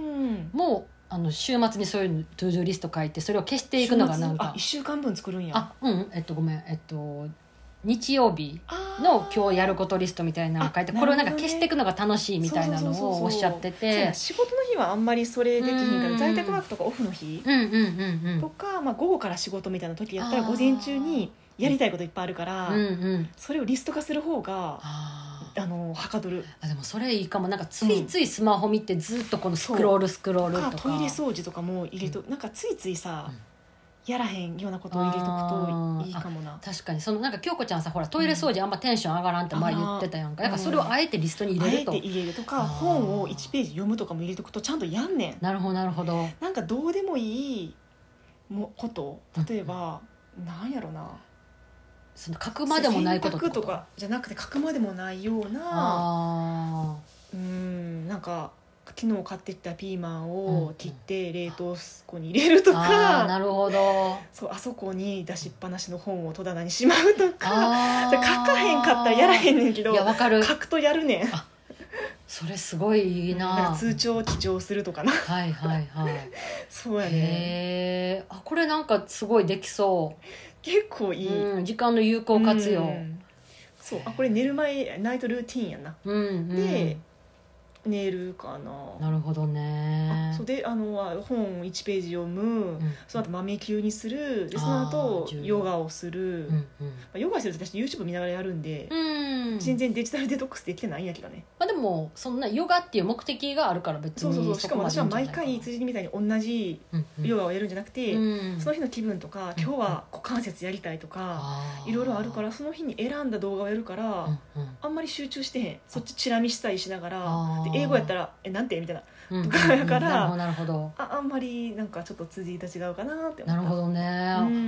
もうあの週末にそういうトゥードゥーリスト書いてそれを消していくのがなんかあいっしゅうかんぶん作るんや。 あうんえっとごめんえっと日曜日の今日やることリストみたいなのを書いて、これをなんか消していくのが楽しいみたいなのをおっしゃってて、 仕事の日はあんまりそれできひんから、在宅ワークとかオフの日とか、まあ、午後から仕事みたいな時やったら午前中にやりたいこといっぱいあるから、うんうん、それをリスト化する方があのはかどる。 あでもそれいいかも。なんかついついスマホ見てずっとこのスクロールスクロールとか、 トイレ掃除とかも入れと、うん、なんかついついさ、うんやらへんようなことを入れとくといいかもな。 確かにそのなんか京子ちゃんさほらトイレ掃除あんまテンション上がらんって前言ってたやんか、うん、だからそれをあえてリストに入れると、 あえて入れるとか本をいちページ読むとかも入れとくとちゃんとやんねん。 なるほどなるほど。 なんかどうでもいいもこと例えば、うん、なんやろなその書くまでもないこと洗濯とかじゃなくて書くまでもないようなあうんなんか昨日買ってきたピーマンを切って冷凍庫に入れるとか、 うんうん、なるほど。 そうあそこに出しっぱなしの本を戸棚にしまうとか書かへんかったらやらへんねんけど、 いやわかる、 書くとやるねん。 それすごいいいな。 なんか通帳を記帳するとかな。 はいはいはいそうやね。 へあこれなんかすごいできそう。 結構いい、 うん、時間の有効活用、うん、 そうあこれ寝る前ナイトルーティーンやな、うんうん、で寝るかな。 なるほどね。 あそうであの本いちページ読む、うん、その後豆球にするでその後ヨガをする、うんうんまあ、ヨガすると私 YouTube 見ながらやるんで、うん、全然デジタルデトックスできてないんやけどね、 まあ、でもそんなヨガっていう目的があるから別にそうそうそうしかも私は毎回辻みたいに同じヨガをやるんじゃなくて、うんうん、その日の気分とか今日は股関節やりたいとか、うん、いろいろあるからその日に選んだ動画をやるから、うんうん、あんまり集中してへん。そっちチラ見したりしながらで英語やったら「えなんて?」みたいな、うん、とかだから、うん、なるほどああんまりなんかちょっと辻と違うかなって思った。 なるほどね、うん、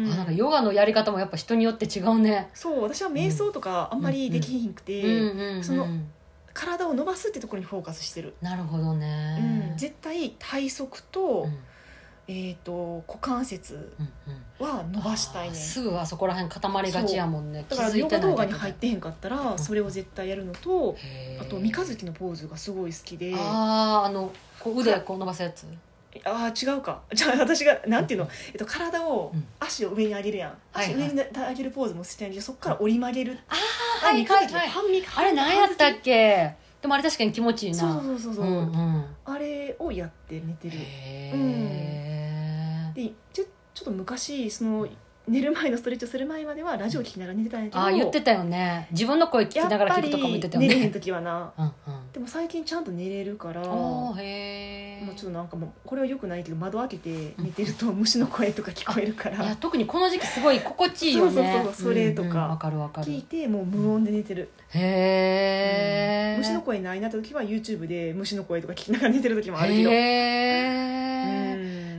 あなんかヨガのやり方もやっぱ人によって違うね。 そう私は瞑想とかあんまりできひんくて、うん、その体を伸ばすってところにフォーカスしてる。 なるほどね、 うん、絶対体側と、うんえー、と股関節は伸ばしたいね、うんうん、 すぐあそこら辺固まりがちやもんね。 だからヨガ動画に入ってへんかったらそれを絶対やるのと、あと三日月のポーズがすごい好きで、 あああのこう腕こう伸ばすやつ。 あ違うかじゃあ私がなんていうの、えっと、体を、うん、足を上に上げるやん、足上に上げるポーズもしてないけどそこから折り曲げる、 ああはいはいはいあれ何やったっけ。でもあれ確かに気持ちいいな。 そうそうそうそう、うんうん、あれをやって寝てる。へー、うん、でちょ、ちょっと昔その寝る前のストレッチをする前まではラジオ聞きながら寝てたんやけど、 あ言ってたよね。自分の声聞きながら聞くとかも言ってたよね。 寝れへん時はな、うんうん、でも最近ちゃんと寝れるから、へー、 もうちょっとなんかもうこれはよくないけど窓開けて寝てると虫の声とか聞こえるから、 いや特にこの時期すごい心地いいよね。 そうそうそうそれとか、うんうん、 わかるわかる。 聞いてもう無音で寝てる。 へー、 うん、虫の声ないなった時は YouTube で虫の声とか聞きながら寝てる時もあるけど。 へー、うん、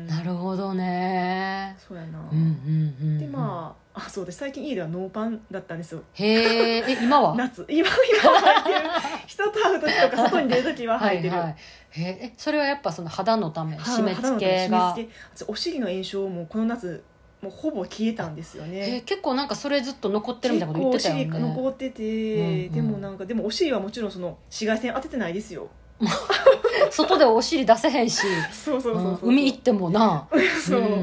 なるほどね。 そうやな、 うんうんうんうん、 でまああそうで最近家ではノーパンだったんですよ。 へえ今は夏今今は履いてる人と会う時とか外に出る時は履いてる。はい、はい、 へそれはやっぱその肌のため締め付けが。 お尻の炎症もこの夏もうほぼ消えたんですよね。 結構なんかそれずっと残ってるみたいなこと言ってたよね。 結構お尻残ってて、うんうん、でもなんかでもお尻はもちろんその紫外線当ててないですよ外でお尻出せへんしそうそうそうそう、 うん、海行ってもなそう、うんうん、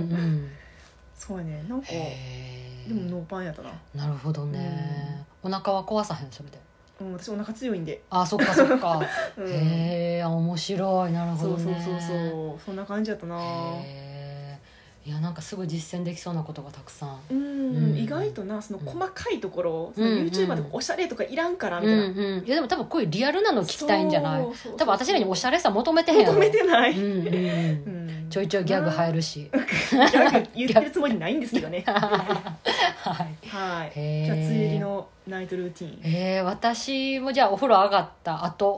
そうやねなんかでもノーパンやったな。 なるほどね、うん、お腹は壊さへんそれで。 うん、私お腹強いんで。 あそっかそっか、うん、へえ面白い。なるほどね。 そうそうそうそうそんな感じやったな。 へいやなんかすごい実践できそうなことがたくさん。 うん、うん、意外となその細かいところ、うん、その YouTuber でもおしゃれとかいらんからみたいな、うんうん、いやでも多分こういうリアルなの聞きたいんじゃない。多分私らにおしゃれさ求めてへんやろ。 求めてない、 うんうんうん、ちょいちょいギャグ入るしギャグ言ってるつもりないんですけどねはい、 はい、じゃあ梅雨入りのナイトルーティン。 えー、私もじゃあお風呂上がった後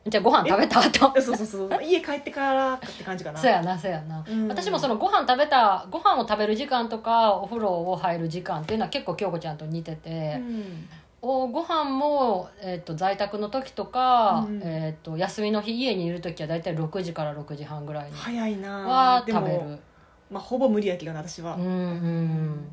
じゃあご飯食べた後そうそうそう家帰ってからって感じかな。 そうやなそうやな、 うん、 私もそのご飯食べたご飯を食べる時間とかお風呂を入る時間っていうのは結構京子ちゃんと似てて、うん、おご飯も、えー、と在宅の時とか、うん、えー、と休みの日家にいる時はだいたいろくじからろくじはんぐらいに早いなは食べる。 まあ、ほぼ無理やけどな私は。 うんうん、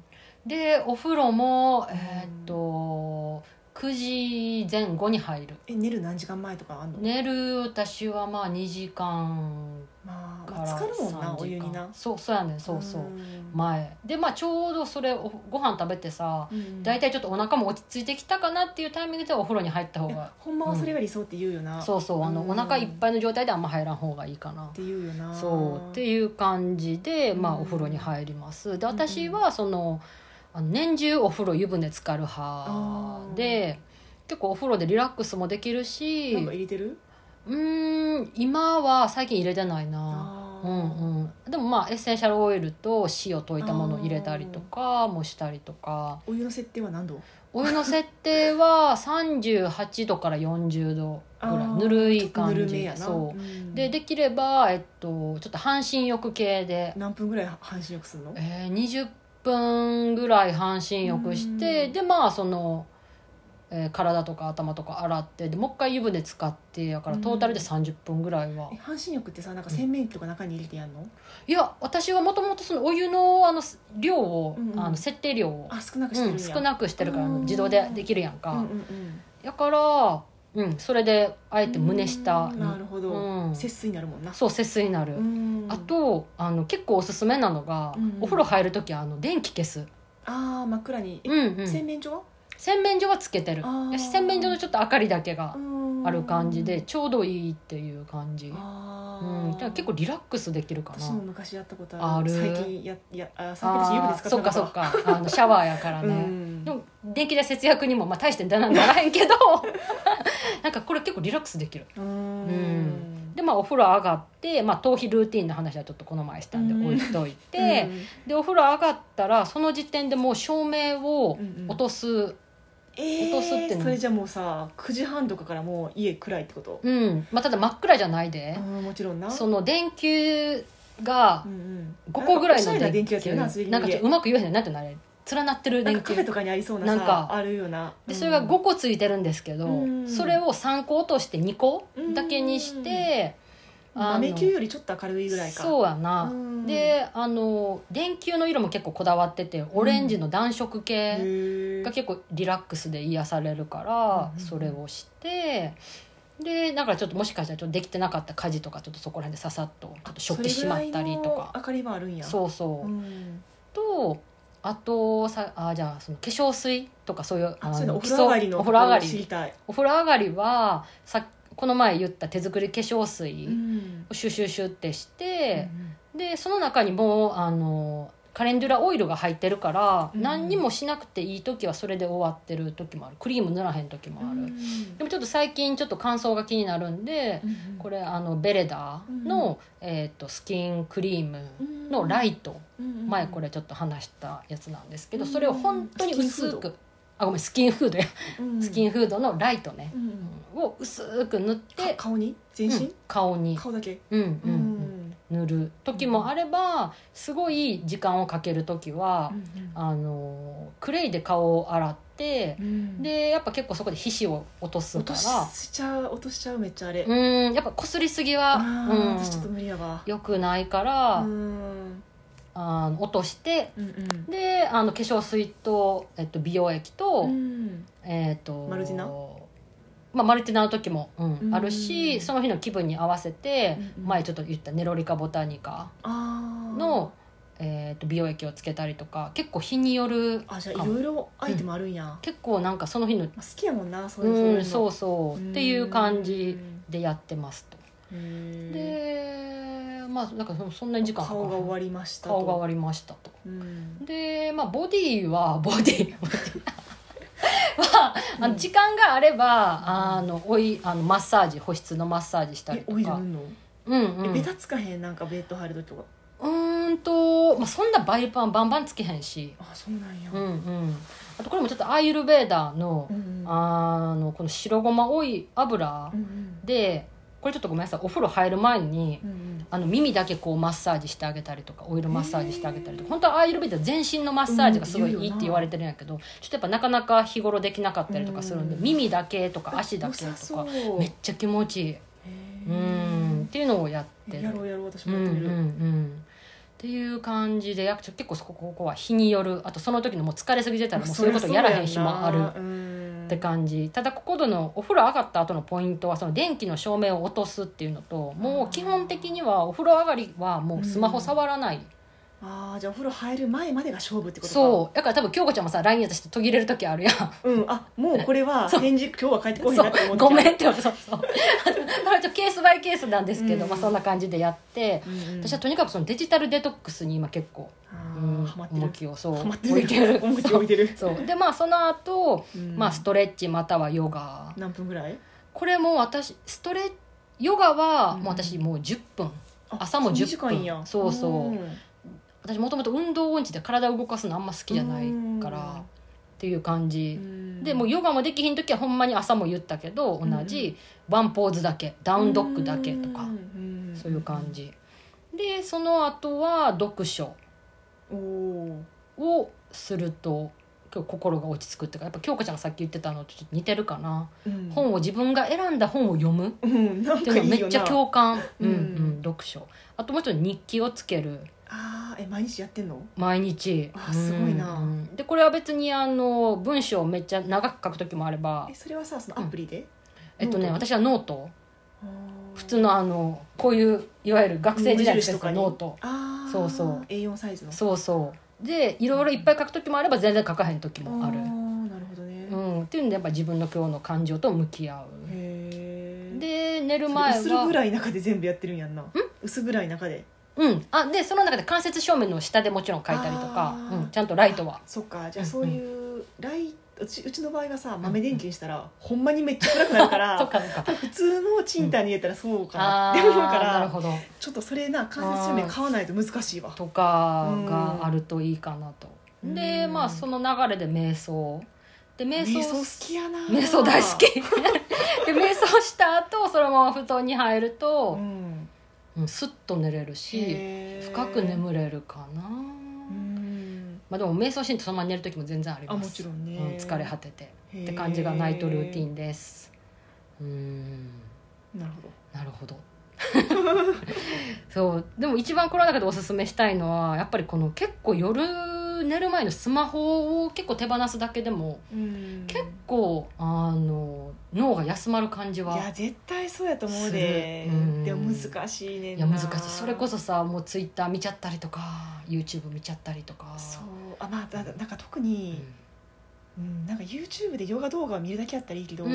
でお風呂もえっ、ー、とくじぜん後に入る。 え寝る何時間前とかあんの？ 寝る私はまあにじかんからさんじかん、まあ、 浸かるもんなお湯にな。 そうそうやねんそうそう前でまあちょうどそれご飯食べてさ、うん、だいたいちょっとお腹も落ち着いてきたかなっていうタイミングでお風呂に入った方がほんまはそれが理想って言うよな、 うん、そうそうあの、うん、お腹いっぱいの状態であんま入らん方がいいかなって言うよな。 そうっていう感じで、まあ、お風呂に入ります。で私はそのあの年中お風呂湯船浸かる派で結構お風呂でリラックスもできるし。 なんか入れてる？ うーん今は最近入れてないな、うんうん、でもまあエッセンシャルオイルと塩溶いたものを入れたりとかもしたりとか。 お湯の設定は何度？ お湯の設定はさんじゅうはちどからよんじゅうどぐらいぬるい感じ。ぬるめやな。そう、うん、でできれば、えっと、ちょっと半身浴系で。 何分ぐらい半身浴するの？ えー、にじゅっぷんぐらい半身浴してでまあそのえー、体とか頭とか洗ってでもう一回湯船使ってやからトータルでさんじゅっぷんぐらいは、 うん、半身浴ってさなんか洗面器とか中に入れてやんの？ いや私はもともとそのお湯のあの量を、 うんうん、 あの設定量をあ少なくしてるんや、 うん、少なくしてるから自動でできるやんか、 うんうんうん、 だからうん、それであえて胸下になるほど、うん、節水になるもんな。 そう節水になる。あとあの結構おすすめなのが、うんうん、お風呂入るときはあの電気消す。 あ真っ暗に、 うんうん、 洗面所は洗面所はつけてる。洗面所のちょっと明かりだけがある感じでちょうどいいっていう感じ。あ、うん、だから結構リラックスできるかな。 私も昔やったことある。ある最近ややあ最近湯船使ってそっかそっかあのシャワーやからね、うん、でも電気代節約にもまあ大してならへんけどなんかこれ結構リラックスできる。うん、うんでまあお風呂上がって、まあ、頭皮ルーティンの話はちょっとこの前したんで置いといて、うん、でお風呂上がったらその時点でもう照明を落とす、うんうんえー、落とすってそれじゃもうさくじはんとかからもう家暗いってこと？ うんまあ、ただ真っ暗じゃないで、 もちろんなその電球がごこぐらいの電球、うんうん、なんかちょっとうまく言えへんなんてなれ連なってる電球なんかカフェとかにありそうなさなんかあるよな。 でそれがごこついてるんですけど、うん、それをさんこ落としてにこだけにして、 うん、豆球よりちょっと明るいぐらいか。 そうやな、うん、であの電球の色も結構こだわっててオレンジの暖色系が結構リラックスで癒されるから、うん、それをしてでだからちょっともしかしたらちょっとできてなかった家事とかちょっとそこら辺でささっとちょっと食器しまったりとか。 明かりはあるんや。 そうそう、うん、とあとさあじゃあその化粧水とかそういうあそういうのお風呂上がりのお風呂上がり知りたい。 お風呂上がりはさこの前言った手作り化粧水をシュシュシュってして、うん、でその中にもうあのカレンデュラオイルが入ってるから、うん、何にもしなくていい時はそれで終わってる時もある。クリーム塗らへん時もある、うん、でもちょっと最近ちょっと乾燥が気になるんで、うん、これあのベレダの、うんえー、とスキンクリームのライト、うん、前これちょっと話したやつなんですけど、それを本当に薄くあごめんスキンフードや、うん、スキンフードのライトね、うん、を薄く塗って顔に全身、うん、 顔に顔だけ、 うんうんうんうん、塗る時もあればすごい時間をかける時は、うんうん、あのクレイで顔を洗って、うん、でやっぱ結構そこで皮脂を落とすから落としちゃう落としちゃうめっちゃあれうんやっぱこすりすぎは、うん、 私ちょっと無理やわよくないからうんあの落として、うんうん、であの化粧水と、えっと、美容液と、うんえー、とマルティナ、 まあ、マルティナの時も、うんうん、あるしその日の気分に合わせて、うんうん、前ちょっと言ったネロリカボタニカの、えー、と美容液をつけたりとか結構日によるあじゃあいろいろアイテムあるんや、 うん、結構なんかその日の好きやもんなそういう、 うん、そうそうっていう感じでやってますと。でまあなんかそんなに時間顔が終わりましたと顔が終わりましたと、うん、でまあボディはボディはあの時間があれば、うん、あのおいあのマッサージ保湿のマッサージしたりとか。 えオイル塗んの？ うんうん、 えベタつかへんなんかベッド入る時とか。 うーんと、まあ、そんなバイパンバンバンつけへんし。 あそうなんや、 うんうん、あとこれもちょっとアーユルベーダーの、うんうん、あのこの白ごまオイ油で、 これちょっとごめんなさい、お風呂入る前に、 うんうん、 あの耳だけこうマッサージしてあげたりとか、オイルマッサージしてあげたりとか、本当はアーユルヴェーダ全身のマッサージがすごいいいって言われてるんやけど、ちょっとやっぱなかなか日頃できなかったりとかするんで、耳だけとか足だけとかめっちゃ気持ちいい、うんっていうのをやってる。 やろうやろう、私もやってみる、 うんうんうん、っていう感じで、結構そこここは日による、あとその時のもう疲れすぎてたらもうそういうことやらへん日もあるって感じ。ただここでのお風呂上がった後のポイントは、その電気の照明を落とすっていうのと、もう基本的にはお風呂上がりはもうスマホ触らない、 うん、ああ、じゃあお風呂入る前までが勝負ってことか。 そうだから多分京子ちゃんもさ ライン やとして途切れる時あるやん。 うん、あ、もうこれは返事今日は帰ってこいなって思ってごめんってそうそうそうケースバイケースなんですけど、うん、まあ、そんな感じでやって、うんうん、私はとにかくそのデジタルデトックスに今結構重きをそう置いてる重き置いてるそうで、まあその後、うん、まあストレッチまたはヨガ。 何分ぐらい？ これも私ストレヨガはもう私もうじゅっぷん、うん、朝もじゅっぷん。そうそう、うん、私もともと運動音痴で体を動かすのあんま好きじゃないからっていう感じで、もうヨガもできひん時はほんまに朝も言ったけど同じワンポーズだけ、ダウンドッグだけとかそういう感じで、その後は読書をすると心が落ち着くっていうか、やっぱ京子ちゃんがさっき言ってたのとちょっと似てるかな、うん、本を自分が選んだ本を読むっていうのめっちゃ共感、うんうん、読書。あともう一つ日記をつける。 あえ毎日やってんの？ 毎日。 あすごいな、 うん、でこれは別にあの文章をめっちゃ長く書く時もあれば。 えそれはさそのアプリで、うん、 えっとね私はノート、普通のあのこういういわゆる学生時代にしてたノート、 あそうそうエーよん サイズの、 そうそうでいろいろいっぱい書く時もあれば全然書かへん時もある。 あなるほどね、 うん、っていうんでやっぱ自分の今日の感情と向き合う。 へで寝る前は薄暗い中で全部やってるんやんな。薄暗い中で、 うん、あでその中で間接照明の下でもちろん書いたりとか、うん、ちゃんとライトは。 そっか、じゃあそういう、ライうち, うちの場合はさ豆電球にしたら、うん、ほんまにめっちゃ暗くなるからそっかそっか普通の賃貸に入れたらそうかなって思うから、 なるほど、 ちょっとそれな間接照明買わないと難しいわとかがあるといいかなと。でまあその流れで瞑想で瞑想瞑想好きやな。 瞑想大好きで瞑想した後そのまま布団に入ると、うんうん、スッと寝れるし深く眠れるかな。うんまあ、でも瞑想しんとそのまま寝る時も全然あります。 あもちろんね、 うん、疲れ果ててって感じがナイトルーティンです。うんなるほどなるほどそうでも一番この中でおすすめしたいのはやっぱりこの結構夜寝る前のスマホを結構手放すだけでも、うん、結構あの脳が休まる感じは。 いや絶対そうやと思うで、うん、でも難しいねんな。 いや難しい。それこそさもうツイッター見ちゃったりとか YouTube 見ちゃったりとか。 そうあまあだなんか特に、うんうん、なんか YouTube でヨガ動画を見るだけやったらいいけど、うん、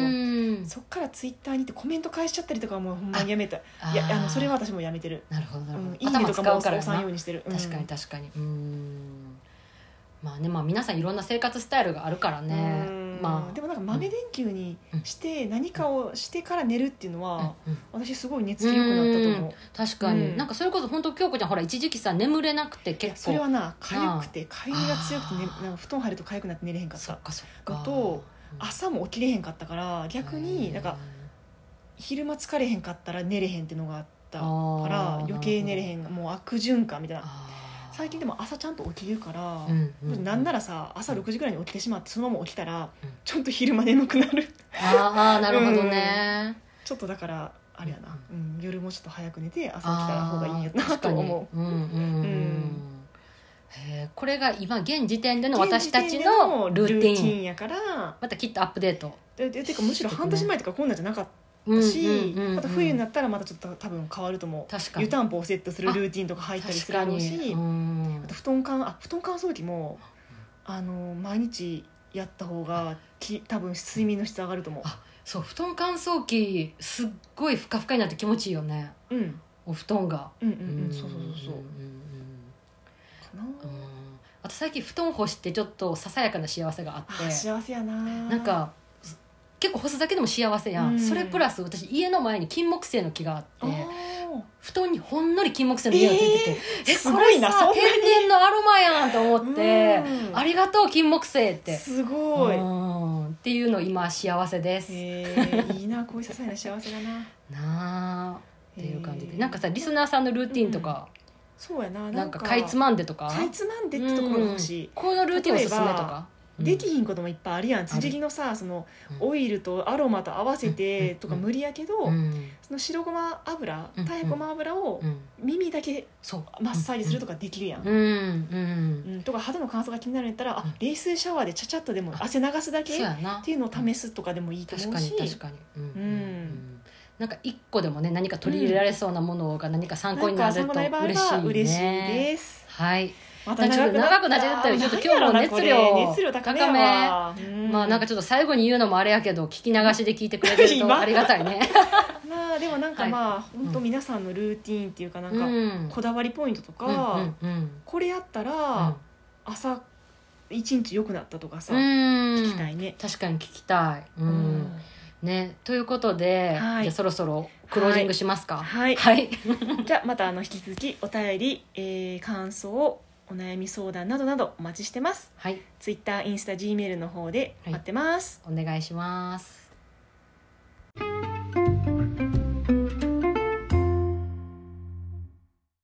そっからツイッターに行ってコメント返しちゃったりとかはもうほんまにやめた。いやあのそれは私もやめてる。 なるほどなるほど、うん、 いいねとかも押さんようにしてる。 確かに確かに。うんまあねまあ、皆さんいろんな生活スタイルがあるからね。まあ、 でもなんか豆電球にして何かをしてから寝るっていうのは、うんうん、私すごい寝つき良くなったと思う。 確かに、うん、なんかそれこそ本当京子ちゃんほら一時期さ眠れなくて結構それはな痒くて痒みが強くて、ね、なんか布団入ると痒くなって寝れへんかった。 そっかそっかのと朝も起きれへんかったから逆になんか昼間疲れへんかったら寝れへんっていうのがあったから余計寝れへんもう悪循環みたいな。最近でも朝ちゃんと起きるから、うんうんうん、なんならさ朝ろくじぐらいに起きてしまってそのまま起きたら、うん、ちょっと昼間眠くなるああなるほどね、 うん、ちょっとだからあれやな、うん、夜もちょっと早く寝て朝起きた方がいいんやなと思う。うんうんうんうんへこれが今現時点での私たちのルーティンやからまたきっとアップデートでてかむしろ半年前とかこんなんじゃなかったし、うんうんうんうん、また冬になったらまたちょっと多分変わると思う。湯たんぽをセットするルーティンとか入ったりするだろうし、うん、あと布団乾あ布団乾燥機もあの毎日やった方がき多分睡眠の質上がると思う。 あそう布団乾燥機すっごいふかふかになって気持ちいいよね、うん、お布団がうんうんうんそうそうそうそう、うんうん、かな、うんあと最近布団干してちょっとささやかな幸せがあってあ幸せやな。 なんか結構干すだけでも幸せやん、うん、それプラス私家の前に金木犀の木があって布団にほんのり金木犀の匂いがついてて、えー、えこれさ天然のアロマやんと思って、うん、ありがとう金木犀ってすごい、 うん、っていうの今幸せです、 えー、いいなこういう些細な幸せだななあっていう感じで、なんかさリスナーさんのルーティンとか、うんそうやな、 なんかかいつまんでとかかいつまんでってところが欲しい、うん、 このルーティンおすすめとか、 うん、できひんこともいっぱいあるやん、辻りのさそのオイルとアロマと合わせてとか無理やけど、うん、その白ごま油太ごま油を耳だけマッサージするとかできるやん、うんうんうん、とか肌の乾燥が気になるんやったら、うん、あ冷水シャワーでちゃちゃっとでも汗流すだけっていうのを試すとかでもいいと思うし、 確かに確かに、うんうんうんなんか一個でもね何か取り入れられそうなものが何か参考になると嬉しいね、 嬉しいです。 はい。 また長く長くなっちゃったよ。ちょっと今日も熱量熱量高めやわ。 まあなんかちょっと最後に言うのもあれやけど聞き流しで聞いてくれてるとありがたいね。 まあでもなんかまあ、はい、本当皆さんのルーティーンっていうかなんかこだわりポイントとか、うんうんうん、これやったら朝一日良くなったとかさ、聞きたいね。 確かに聞きたい。うんうんね、ということで、はい、じゃあそろそろクロージングしますか。 はい、はい、じゃあまたあの引き続きお便り、えー、感想お悩み相談などなどお待ちしてます。はい、ツイッター、インスタ、G メールの方で待ってます、 はい、お願いします。